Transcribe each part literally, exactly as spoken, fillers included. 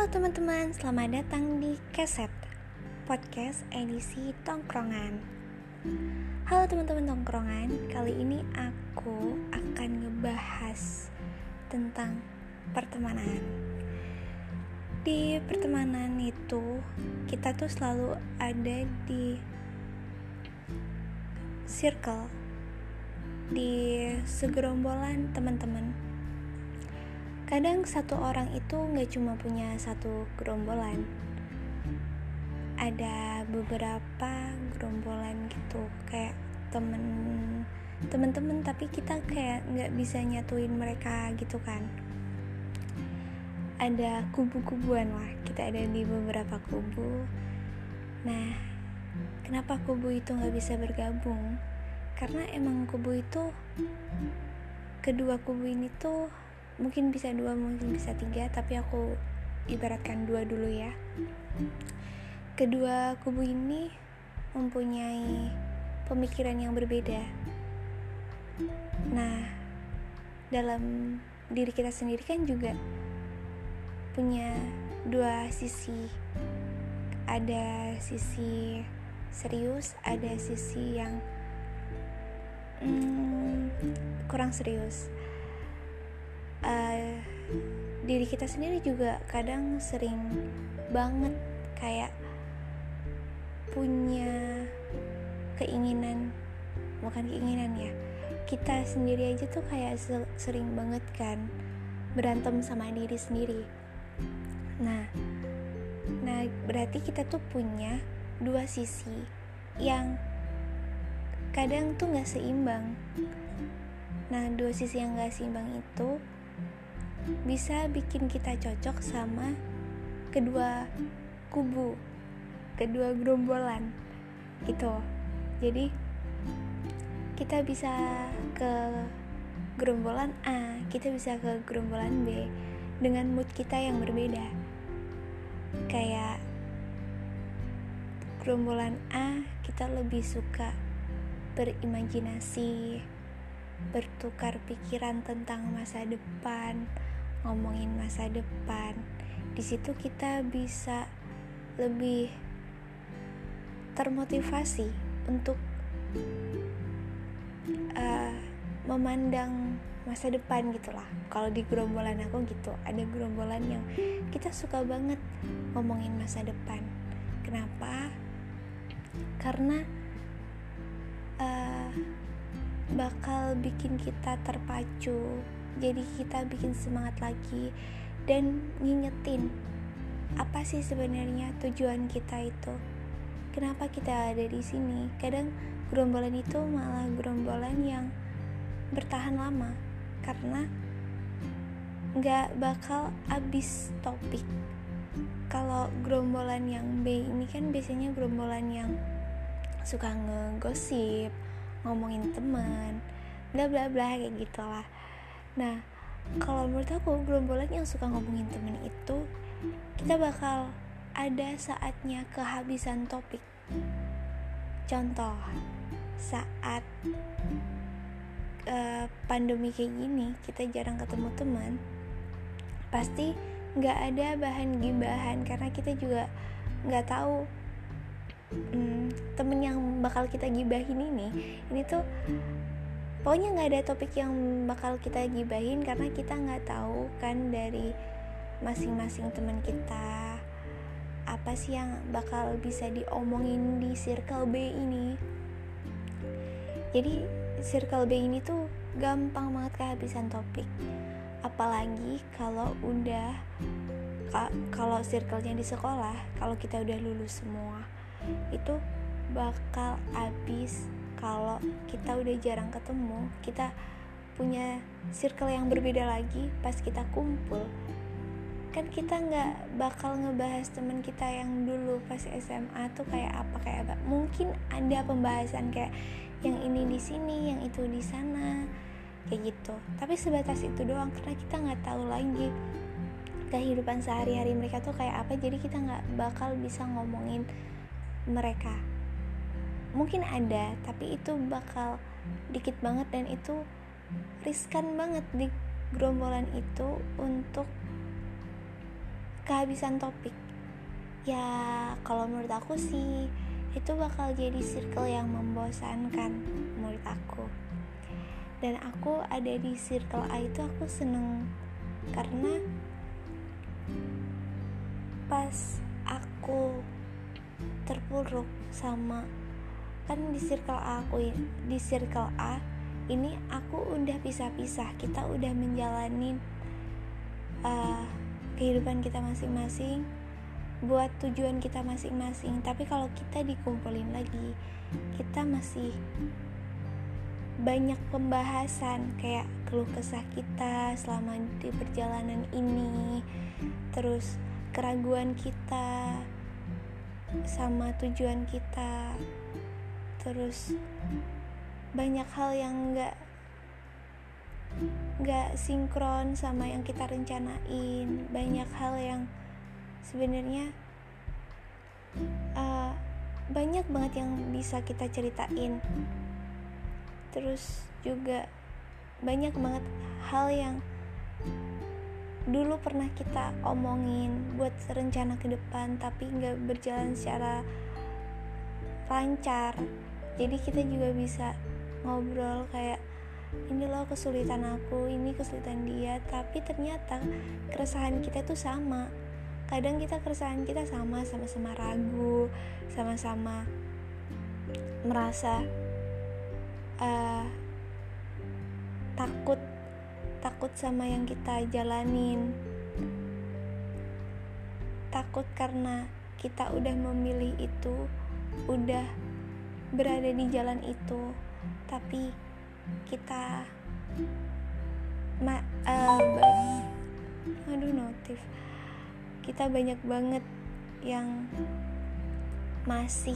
teman-teman, selamat datang di Keset Podcast edisi Tongkrongan. Halo teman-teman Tongkrongan, kali ini aku akan ngebahas tentang pertemanan. Di pertemanan itu, kita tuh selalu ada di circle, di segerombolan teman-teman. Kadang satu orang itu gak cuma punya satu gerombolan, ada beberapa gerombolan gitu, kayak temen temen-temen tapi kita kayak gak bisa nyatuin mereka gitu kan. Ada kubu-kubuan lah, kita ada di beberapa kubu. Nah, kenapa kubu itu gak bisa bergabung? Karena emang kubu itu, kedua kubu ini tuh mungkin bisa dua, mungkin bisa tiga, tapi aku ibaratkan dua dulu ya. Kedua kubu ini mempunyai pemikiran yang berbeda. Nah, dalam diri kita sendiri kan juga punya dua sisi. Ada sisi serius, ada sisi yang hmm, kurang serius. Uh, diri kita sendiri juga kadang sering banget kayak punya keinginan, bukan keinginan ya, kita sendiri aja tuh kayak sering banget kan berantem sama diri sendiri. Nah, nah berarti kita tuh punya dua sisi yang kadang tuh gak seimbang. Nah, dua sisi yang gak seimbang itu bisa bikin kita cocok sama kedua kubu, kedua gerombolan gitu. Jadi kita bisa ke gerombolan A, kita bisa ke gerombolan B dengan mood kita yang berbeda. Kayak gerombolan A, kita lebih suka berimajinasi, bertukar pikiran tentang masa depan, ngomongin masa depan. Di situ kita bisa lebih termotivasi untuk uh, memandang masa depan gitulah. Kalau di gerombolan aku gitu, ada gerombolan yang kita suka banget ngomongin masa depan. Kenapa? Karena uh, bakal bikin kita terpacu, jadi kita bikin semangat lagi dan ngingetin apa sih sebenarnya tujuan kita itu, kenapa kita ada di sini. Kadang gerombolan itu malah gerombolan yang bertahan lama karena nggak bakal habis topik. Kalau gerombolan yang B ini kan biasanya gerombolan yang suka ngegosip, ngomongin teman, bla bla bla kayak gitulah. Nah, kalau menurut aku gerombolan yang suka ngomongin teman itu, kita bakal ada saatnya kehabisan topik. Contoh, saat uh, pandemi kayak gini, kita jarang ketemu teman, pasti nggak ada bahan gibahan karena kita juga nggak tahu Hmm, temen yang bakal kita gibahin ini ini tuh pokoknya nggak ada topik yang bakal kita gibahin karena kita nggak tahu kan dari masing-masing teman kita apa sih yang bakal bisa diomongin di circle B ini. Jadi circle B ini tuh gampang banget kehabisan topik, apalagi kalau udah kalau circle-nya di sekolah, kalau kita udah lulus semua itu bakal habis. Kalau kita udah jarang ketemu, kita punya circle yang berbeda lagi. Pas kita kumpul kan kita gak bakal ngebahas teman kita yang dulu pas S M A tuh kayak apa, kayak apa. Mungkin ada pembahasan kayak yang ini di sini, yang itu di sana, kayak gitu, tapi sebatas itu doang karena kita gak tahu lagi kehidupan sehari-hari mereka tuh kayak apa. Jadi kita gak bakal bisa ngomongin mereka. Mungkin ada, tapi itu bakal dikit banget dan itu riskan banget di gerombolan itu untuk kehabisan topik. Ya kalau menurut aku sih itu bakal jadi circle yang membosankan menurut aku. Dan aku ada di circle A itu aku seneng karena pas aku terpuruk sama, kan di circle A aku di circle A ini aku udah pisah-pisah, kita udah menjalani uh, kehidupan kita masing-masing buat tujuan kita masing-masing. Tapi kalau kita dikumpulin lagi, kita masih banyak pembahasan kayak keluh kesah kita selama di perjalanan ini, terus keraguan kita sama tujuan kita, terus banyak hal yang gak gak sinkron sama yang kita rencanain, banyak hal yang sebenarnya uh, banyak banget yang bisa kita ceritain. Terus juga banyak banget hal yang dulu pernah kita omongin buat rencana ke depan tapi gak berjalan secara lancar. Jadi kita juga bisa ngobrol kayak, ini loh kesulitan aku, ini kesulitan dia, tapi ternyata keresahan kita tuh sama. Kadang kita keresahan kita sama, sama-sama ragu, sama-sama merasa uh, takut takut sama yang kita jalanin, takut karena kita udah memilih itu, udah berada di jalan itu, tapi kita ma- uh, ba- aduh notif kita banyak banget yang masih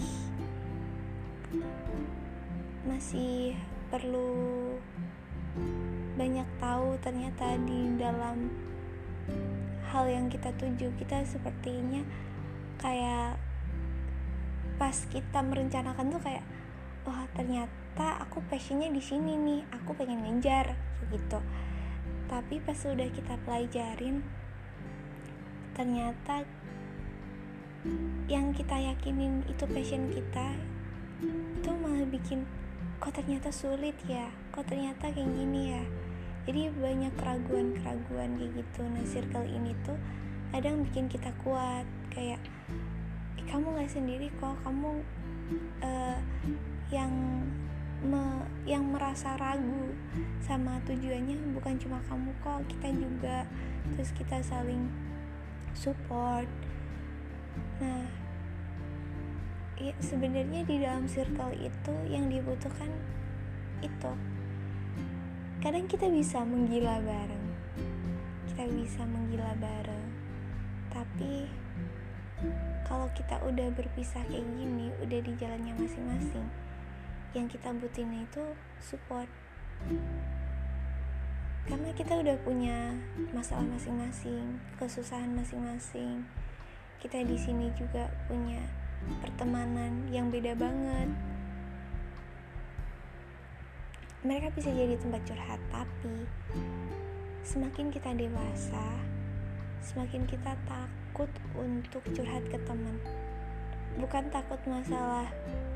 masih perlu banyak tahu. Ternyata di dalam hal yang kita tuju, kita sepertinya kayak pas kita merencanakan tuh kayak, wah ternyata aku passionnya di sini nih, aku pengen ngejar gitu. Tapi pas udah kita pelajarin, ternyata yang kita yakinin itu passion kita itu malah bikin, kok ternyata sulit ya, kok ternyata kayak gini ya. Jadi banyak keraguan-keraguan kayak gitu. Nah circle ini tuh kadang bikin kita kuat, kayak eh, kamu gak sendiri kok, kamu uh, yang me, yang merasa ragu sama tujuannya bukan cuma kamu kok, kita juga. Terus kita saling support. Nah ya, sebenarnya di dalam circle itu yang dibutuhkan itu, kadang kita bisa menggila bareng, kita bisa menggila bareng, tapi kalau kita udah berpisah kayak gini, udah di jalannya masing-masing, yang kita butuhin itu support. Karena kita udah punya masalah masing-masing, kesusahan masing-masing. Kita di sini juga punya pertemanan yang beda banget. Mereka bisa jadi tempat curhat, tapi semakin kita dewasa, semakin kita takut untuk curhat ke teman. Bukan takut masalah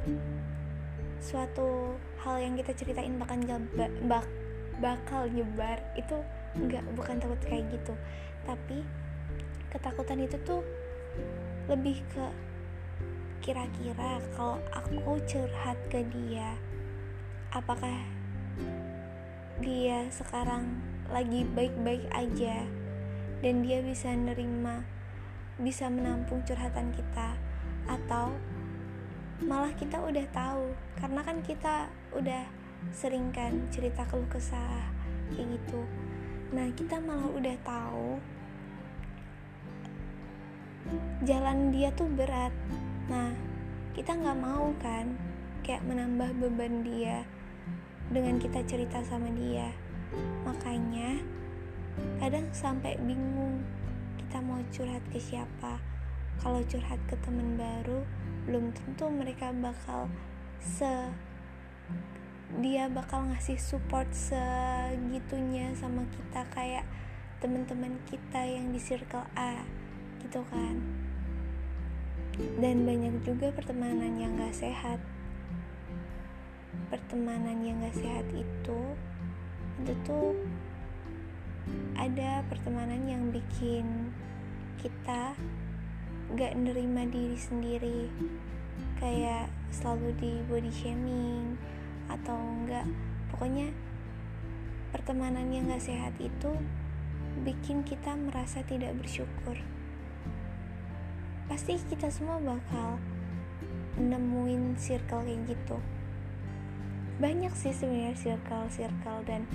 suatu hal yang kita ceritain bakal jaba, bak, bakal nyebar, itu enggak, bukan takut kayak gitu. Tapi ketakutan itu tuh lebih ke, kira-kira kalau aku curhat ke dia, apakah dia sekarang lagi baik-baik aja dan dia bisa nerima, bisa menampung curhatan kita, atau malah kita udah tahu, karena kan kita udah sering kan cerita keluh kesah kayak gitu. Nah kita malah udah tahu jalan dia tuh berat. Nah kita nggak mau kan kayak menambah beban dia dengan kita cerita sama dia. Makanya kadang sampai bingung kita mau curhat ke siapa. Kalau curhat ke teman baru, belum tentu mereka bakal se dia bakal ngasih support segitunya sama kita kayak teman-teman kita yang di circle A. gitu kan. Dan banyak juga pertemanan yang gak sehat. Pertemanan yang gak sehat itu itu tuh ada pertemanan yang bikin kita gak nerima diri sendiri, kayak selalu di body shaming atau enggak, pokoknya pertemanan yang gak sehat itu bikin kita merasa tidak bersyukur. Pasti kita semua bakal nemuin circle kayak gitu. Banyak sih sebenarnya circle-circle, dan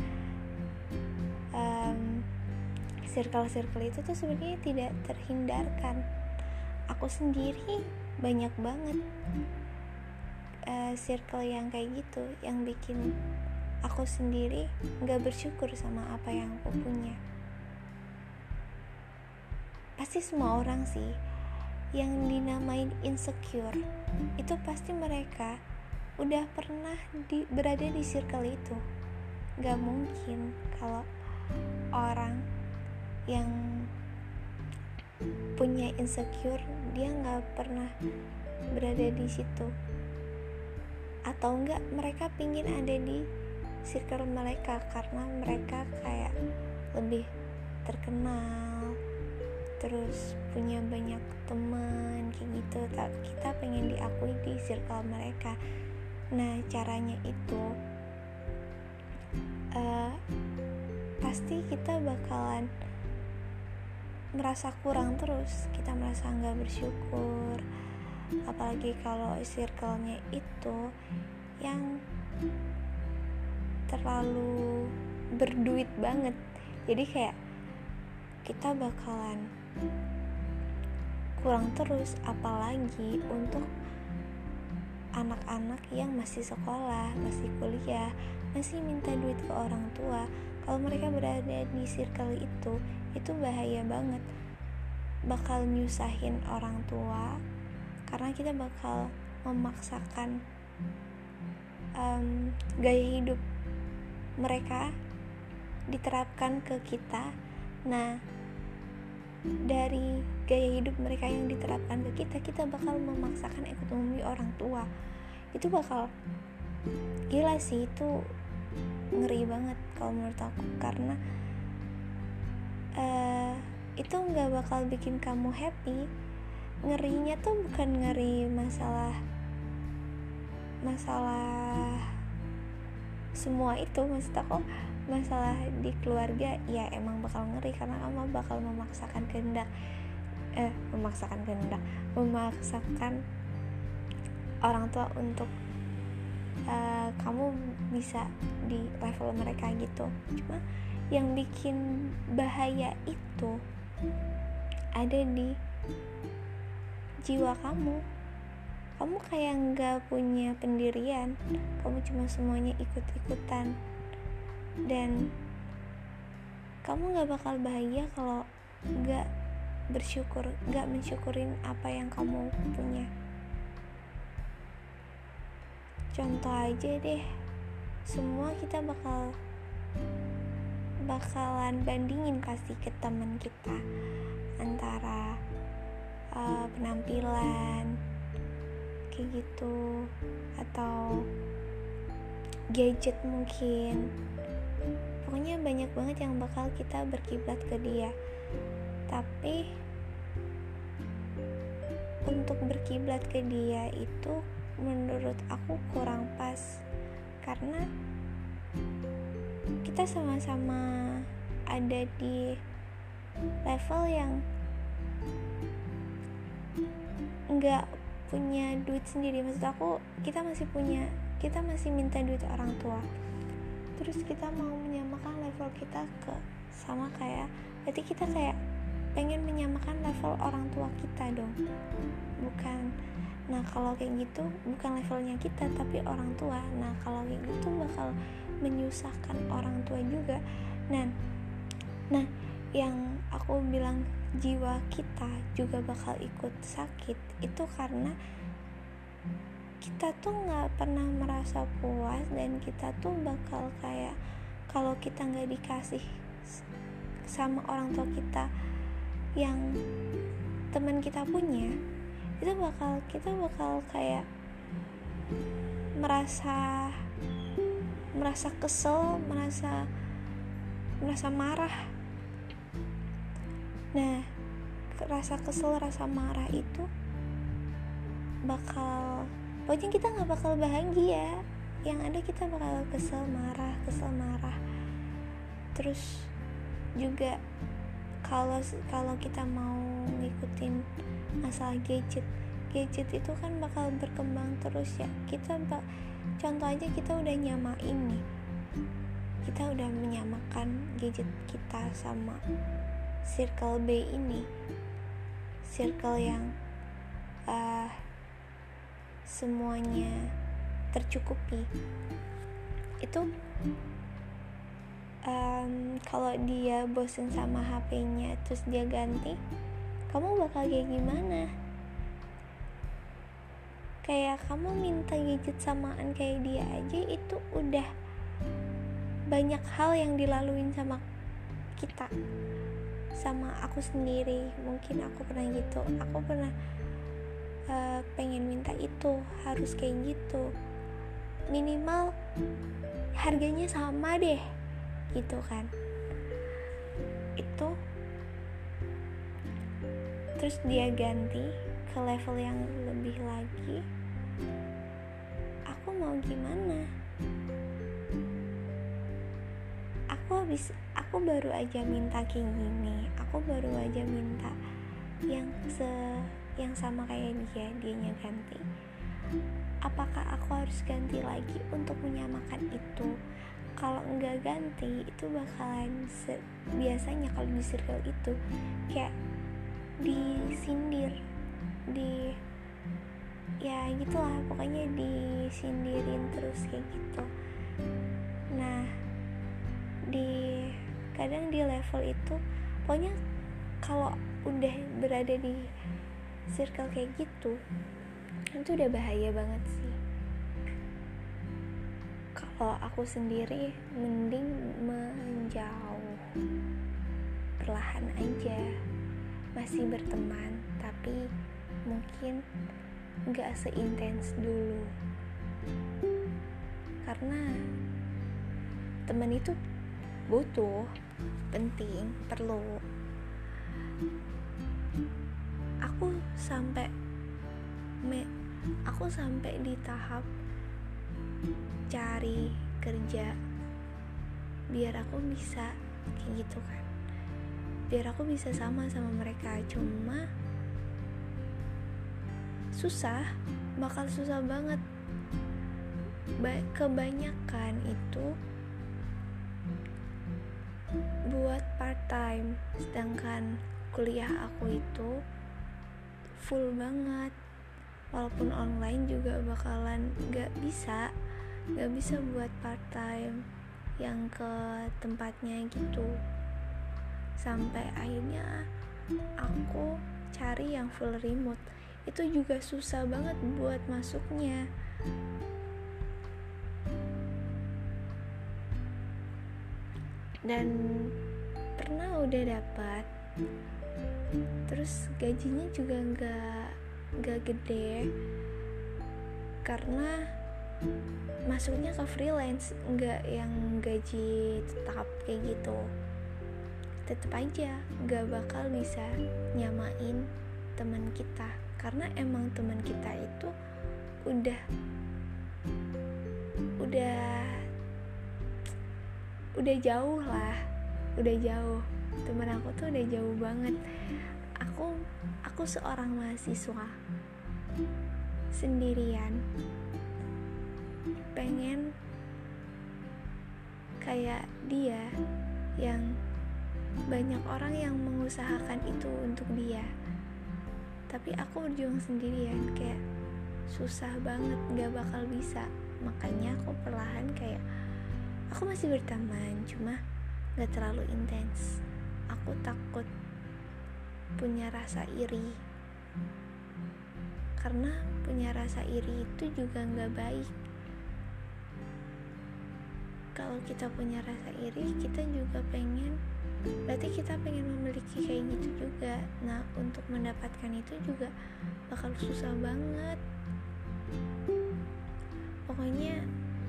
um, circle-circle itu tuh sebenarnya tidak terhindarkan. Aku sendiri banyak banget uh, circle yang kayak gitu, yang bikin aku sendiri gak bersyukur sama apa yang aku punya. Pasti semua orang sih yang dinamain insecure itu pasti mereka udah pernah di, berada di circle itu. Gak mungkin kalau orang yang punya insecure dia gak pernah berada di situ, atau enggak mereka pingin ada di circle mereka karena mereka kayak lebih terkenal, terus punya banyak teman kayak gitu. Kita pengen diakui di circle mereka. Nah, caranya itu uh, pasti kita bakalan merasa kurang terus, kita merasa nggak bersyukur, apalagi kalau circle-nya itu yang terlalu berduit banget. Jadi kayak kita bakalan kurang terus, apalagi untuk anak-anak yang masih sekolah, masih kuliah, masih minta duit ke orang tua. Kalau mereka berada di circle itu, itu bahaya banget. Bakal nyusahin orang tua, karena kita bakal memaksakan um, gaya hidup mereka diterapkan ke kita. Nah, dari gaya hidup mereka yang diterapkan ke kita, kita bakal memaksakan ekonomi orang tua. Itu bakal gila sih, itu ngeri banget kalau menurut aku, karena uh, itu gak bakal bikin kamu happy. Ngerinya tuh bukan ngeri masalah masalah semua itu, maksud aku masalah di keluarga ya emang bakal ngeri, karena kamu bakal memaksakan kehendak eh memaksakan kehendak memaksakan orang tua untuk uh, kamu bisa di level mereka gitu. Cuma yang bikin bahaya itu ada di jiwa kamu. Kamu kayak gak punya pendirian, kamu cuma semuanya ikut-ikutan, dan kamu gak bakal bahagia kalau gak bersyukur, gak mensyukurin apa yang kamu punya. Contoh aja deh, semua kita bakal bakalan bandingin pasti ke teman kita, antara uh, penampilan kayak gitu, atau gadget mungkin. Pokoknya banyak banget yang bakal kita berkiblat ke dia. Tapi untuk berkiblat ke dia itu menurut aku kurang pas, karena kita sama-sama ada di level yang nggak punya duit sendiri. Maksud aku, kita masih punya kita masih minta duit orang tua, terus kita mau menyamakan level kita ke sama kayak, berarti kita kayak pengen menyamakan level orang tua kita dong, bukan? Nah kalau kayak gitu bukan levelnya kita tapi orang tua. Nah kalau kayak gitu bakal menyusahkan orang tua juga. Nah, nah yang aku bilang jiwa kita juga bakal ikut sakit itu karena kita tuh nggak pernah merasa puas, dan kita tuh bakal kayak kalau kita nggak dikasih sama orang tua kita yang teman kita punya, itu bakal kita bakal kayak merasa merasa kesel, merasa merasa marah. Nah, rasa kesel, rasa marah itu bakal, pokoknya kita nggak bakal bahagia. Yang ada kita bakal kesel marah, kesel marah. Terus juga kalau kalau kita mau ngikutin masalah gadget, gadget itu kan bakal berkembang terus ya. Kita bak, contoh aja kita udah nyamain nih, kita udah menyamakan gadget kita sama circle B ini, circle yang uh, semuanya tercukupi. Itu um, kalau dia bosen sama H P-nya terus dia ganti, kamu bakal kayak gimana? Kayak kamu minta gadget samaan kayak dia aja, itu udah banyak hal yang dilaluin sama kita, sama aku sendiri. Mungkin aku pernah gitu, aku pernah uh, pengen minta itu, harus kayak gitu, minimal harganya sama deh gitu kan. Itu terus dia ganti ke level yang lebih lagi, aku mau gimana? Aku habis, aku baru aja minta kayak gini, aku baru aja minta yang se yang sama kayak dia, dianya ganti. Apakah aku harus ganti lagi untuk menyamakan itu? Kalau enggak ganti, itu bakalan se- biasanya kalau di circle itu kayak disindir, di ya gitulah, pokoknya disindirin terus kayak gitu. Nah, di kadang di level itu, pokoknya kalau udah berada di circle kayak gitu, itu udah bahaya banget sih. Kalau aku sendiri mending menjauh, perlahan aja, masih berteman tapi mungkin gak seintens dulu, karena teman itu butuh, penting, perlu. Aku sampai me, aku sampai di tahap cari kerja biar aku bisa kayak gitu kan, biar aku bisa sama sama mereka. Cuma susah, bakal susah banget. Ba- kebanyakan itu buat part time, sedangkan kuliah aku itu full banget. Walaupun online juga bakalan gak bisa gak bisa buat part time yang ke tempatnya gitu. Sampai akhirnya aku cari yang full remote, itu juga susah banget buat masuknya. Dan pernah udah dapat, terus gajinya juga gak gak gede karena masuknya ke freelance, nggak yang gaji tetap kayak gitu. Tetap aja nggak bakal bisa nyamain teman kita, karena emang teman kita itu udah udah udah jauh lah, udah jauh. Teman aku tuh udah jauh banget. Aku aku seorang mahasiswa sendirian, pengen kayak dia yang banyak orang yang mengusahakan itu untuk dia, tapi aku berjuang sendirian, kayak susah banget, gak bakal bisa. Makanya aku perlahan kayak aku masih berteman, cuma gak terlalu intens. Aku takut punya rasa iri, karena punya rasa iri itu juga gak baik. Kalau kita punya rasa iri, kita juga pengen berarti kita pengen memiliki kayak gitu juga. Nah, untuk mendapatkan itu juga bakal susah banget. Pokoknya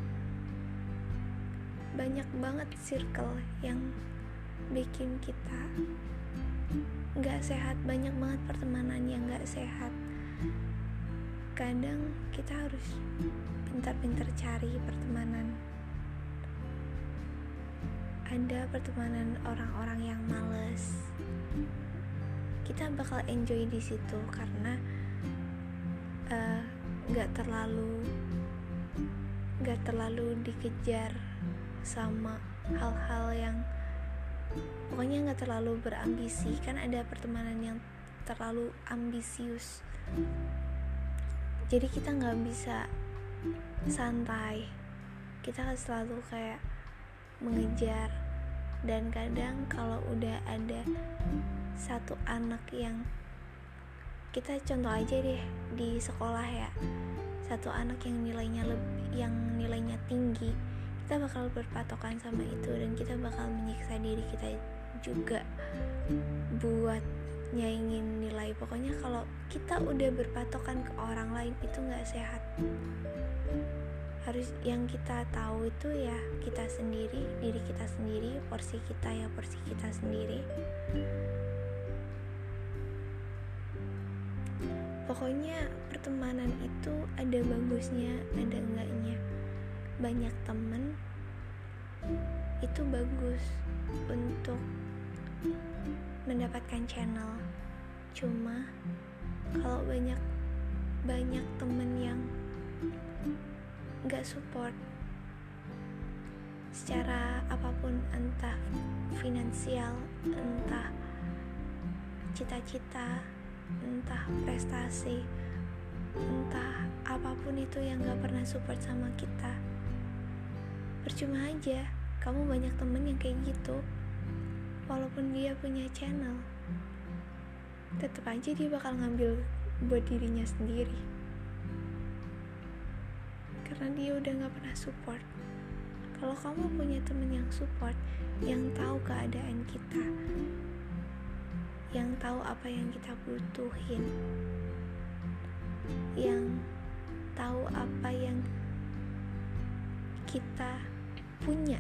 banyak banget circle yang bikin kita gak sehat, banyak banget pertemanan yang gak sehat. Kadang kita harus pintar-pintar cari pertemanan. Ada pertemanan orang-orang yang males, kita bakal enjoy di situ karena uh, gak terlalu gak terlalu dikejar sama hal-hal yang pokoknya gak terlalu berambisi. Kan ada pertemanan yang terlalu ambisius, jadi kita gak bisa santai, kita selalu kayak mengejar. Dan kadang kalau udah ada satu anak yang, kita contoh aja deh di sekolah ya, satu anak yang nilainya lebih, yang nilainya tinggi, kita bakal berpatokan sama itu dan kita bakal menyiksa diri kita juga buat nyaingin nilai. Pokoknya kalau kita udah berpatokan ke orang lain itu nggak sehat. Harus yang kita tahu itu ya kita sendiri, diri kita sendiri, porsi kita ya porsi kita sendiri. Pokoknya pertemanan itu ada bagusnya, ada enggaknya. Banyak temen itu bagus untuk mendapatkan channel. Cuma kalau banyak banyak temen yang gak support secara apapun, entah finansial, entah cita-cita, entah prestasi, entah apapun itu yang gak pernah support sama kita, percuma aja. Kamu banyak temen yang kayak gitu, walaupun dia punya channel, tetap aja dia bakal ngambil buat dirinya sendiri karena dia udah gak pernah support. Kalau kamu punya temen yang support, yang tahu keadaan kita, yang tahu apa yang kita butuhin, yang tahu apa yang kita punya,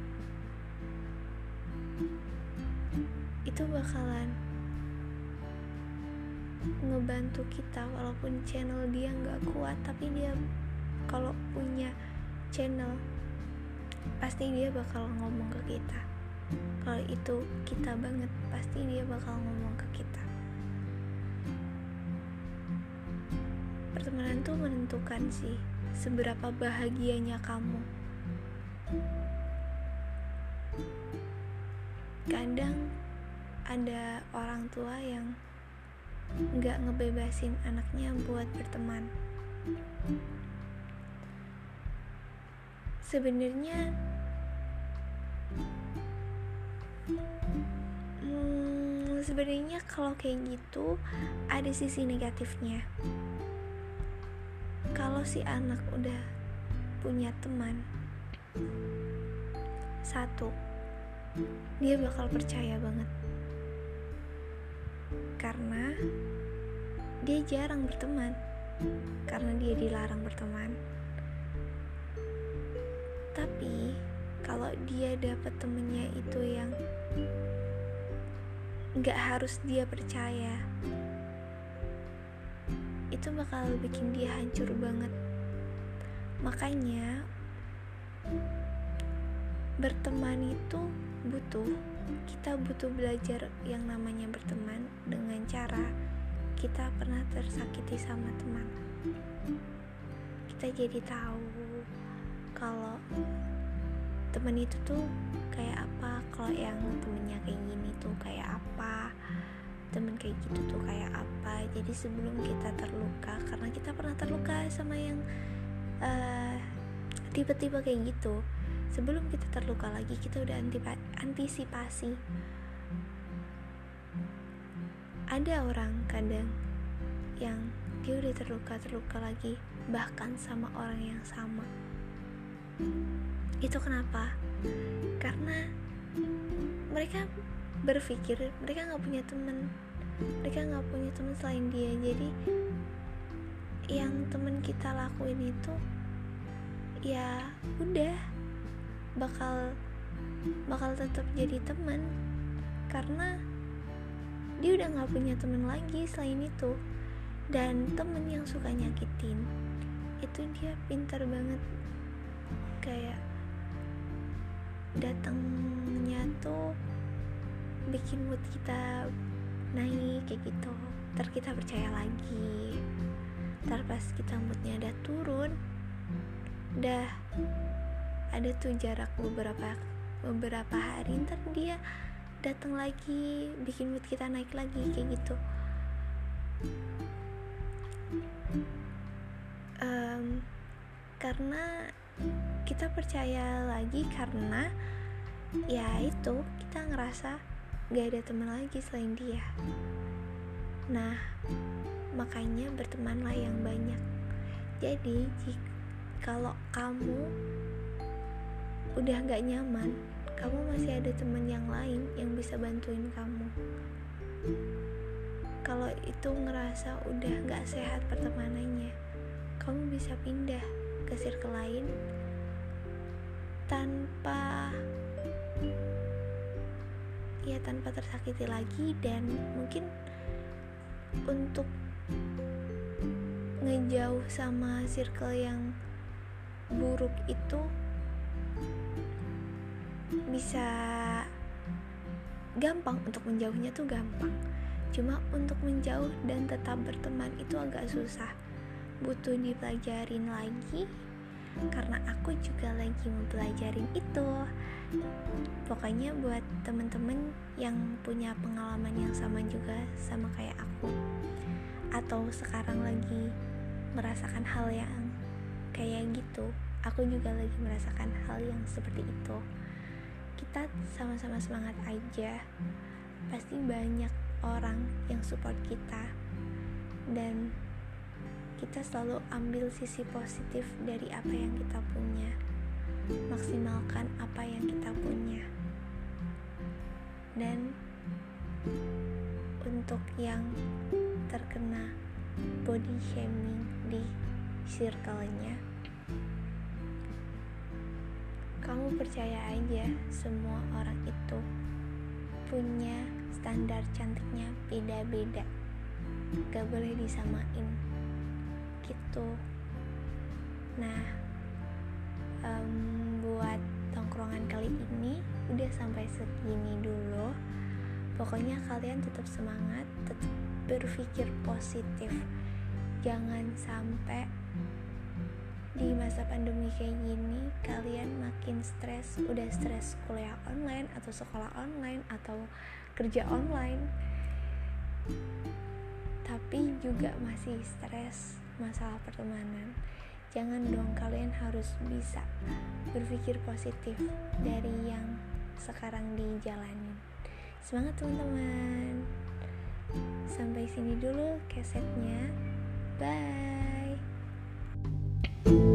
itu bakalan ngebantu kita. Walaupun channel dia gak kuat, tapi dia kalau punya channel pasti dia bakal ngomong ke kita. Kalau itu kita banget, pasti dia bakal ngomong ke kita. Pertemanan tuh menentukan sih seberapa bahagianya kamu. Kadang ada orang tua yang gak ngebebasin anaknya buat berteman. Sebenarnya hmm, sebenarnya kalau kayak gitu ada sisi negatifnya. Kalau si anak udah punya teman, satu, dia bakal percaya banget karena dia jarang berteman, karena dia dilarang berteman. Tapi kalau dia dapet temennya itu yang gak harus dia percaya, itu bakal bikin dia hancur banget. Makanya berteman itu butuh, kita butuh belajar yang namanya berteman dengan cara kita pernah tersakiti sama teman. Kita jadi tahu kalau temen itu tuh kayak apa, kalau yang temennya kayak gini tuh kayak apa, temen kayak gitu tuh kayak apa. Jadi sebelum kita terluka, karena kita pernah terluka sama yang uh, tipe-tipe kayak gitu, sebelum kita terluka lagi kita udah antipa- antisipasi. Ada orang kadang yang dia udah terluka-terluka lagi, bahkan sama orang yang sama. Itu kenapa? Karena mereka berpikir mereka nggak punya teman, mereka nggak punya teman selain dia. Jadi yang teman kita lakuin itu ya udah bakal bakal tetap jadi teman, karena dia udah nggak punya teman lagi selain itu. Dan temen yang suka nyakitin itu dia pintar banget, kayak datangnya tuh bikin mood kita naik kayak gitu. Ntar kita percaya lagi, ntar pas kita moodnya udah turun, udah ada tuh jarak beberapa beberapa hari, ntar dia datang lagi bikin mood kita naik lagi kayak gitu. Um, karena kita percaya lagi karena ya itu kita ngerasa gak ada teman lagi selain dia. Nah, makanya bertemanlah yang banyak. Jadi jika kalau kamu udah gak nyaman, kamu masih ada teman yang lain yang bisa bantuin kamu. Kalau itu ngerasa udah gak sehat pertemanannya, kamu bisa pindah ke circle lain tanpa ya tanpa tersakiti lagi. Dan mungkin untuk ngejauh sama circle yang buruk itu bisa gampang, untuk menjauhnya tuh gampang. Cuma untuk menjauh dan tetap berteman itu agak susah, butuh dipelajarin lagi, karena aku juga lagi mempelajarin itu. Pokoknya buat temen-temen yang punya pengalaman yang sama juga sama kayak aku, atau sekarang lagi merasakan hal yang kayak gitu, aku juga lagi merasakan hal yang seperti itu. Kita sama-sama semangat aja, pasti banyak orang yang support kita, dan kita selalu ambil sisi positif dari apa yang kita punya, maksimalkan apa yang kita punya. Dan untuk yang terkena body shaming di circle-nya, kamu percaya aja semua orang itu punya standar cantiknya beda-beda, gak boleh disamain gitu. Nah, um, buat tongkrongan kali ini udah sampai segini dulu. Pokoknya kalian tetap semangat, tetap berpikir positif. Jangan sampai di masa pandemi kayak gini kalian makin stres, udah stres kuliah online atau sekolah online atau kerja online, tapi juga masih stres masalah pertemanan. Jangan dong, kalian harus bisa berpikir positif dari yang sekarang dijalanin. Semangat teman-teman. Sampai sini dulu kesetnya. Bye.